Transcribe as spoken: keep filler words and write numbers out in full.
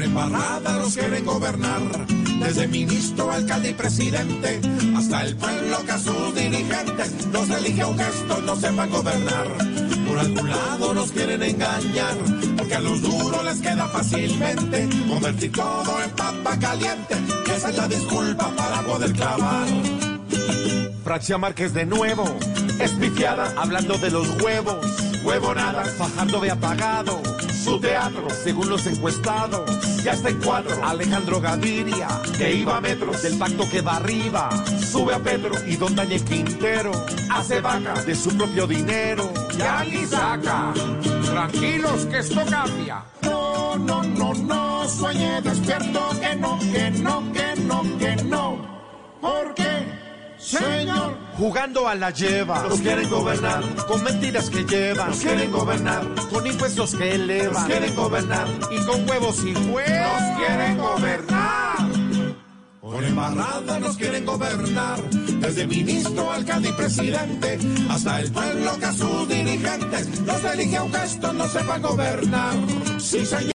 embarrada nos quieren gobernar, desde ministro, alcalde y presidente, hasta el pueblo que a sus dirigentes los elige un gesto, no sepan gobernar. Por algún lado nos quieren engañar, porque a los duros les queda fácilmente convertir todo en papa caliente, que esa es la disculpa para poder clavar. Francia Márquez de nuevo, espifiada, hablando de los huevos, huevonadas. Fajardo ve apagado su teatro, según los encuestados, ya está en cuatro. Alejandro Gaviria, que iba a metros del pacto que va arriba, sube a Petro. Y don Daniel Quintero hace vaca de su propio dinero, ya ni saca. Tranquilos que esto cambia. No, no, no, no, sueñe despierto, que no, que no, que no, que no. ¿Por qué? Señor, jugando a la lleva, nos quieren gobernar, con mentiras que llevan, nos quieren gobernar, con impuestos que elevan, nos quieren gobernar, y con huevos y huevos, nos quieren gobernar. Por embarrada nos quieren gobernar, desde ministro, alcalde y presidente, hasta el pueblo que a sus dirigentes los elige un gesto, no sepan gobernar. Sí, señor.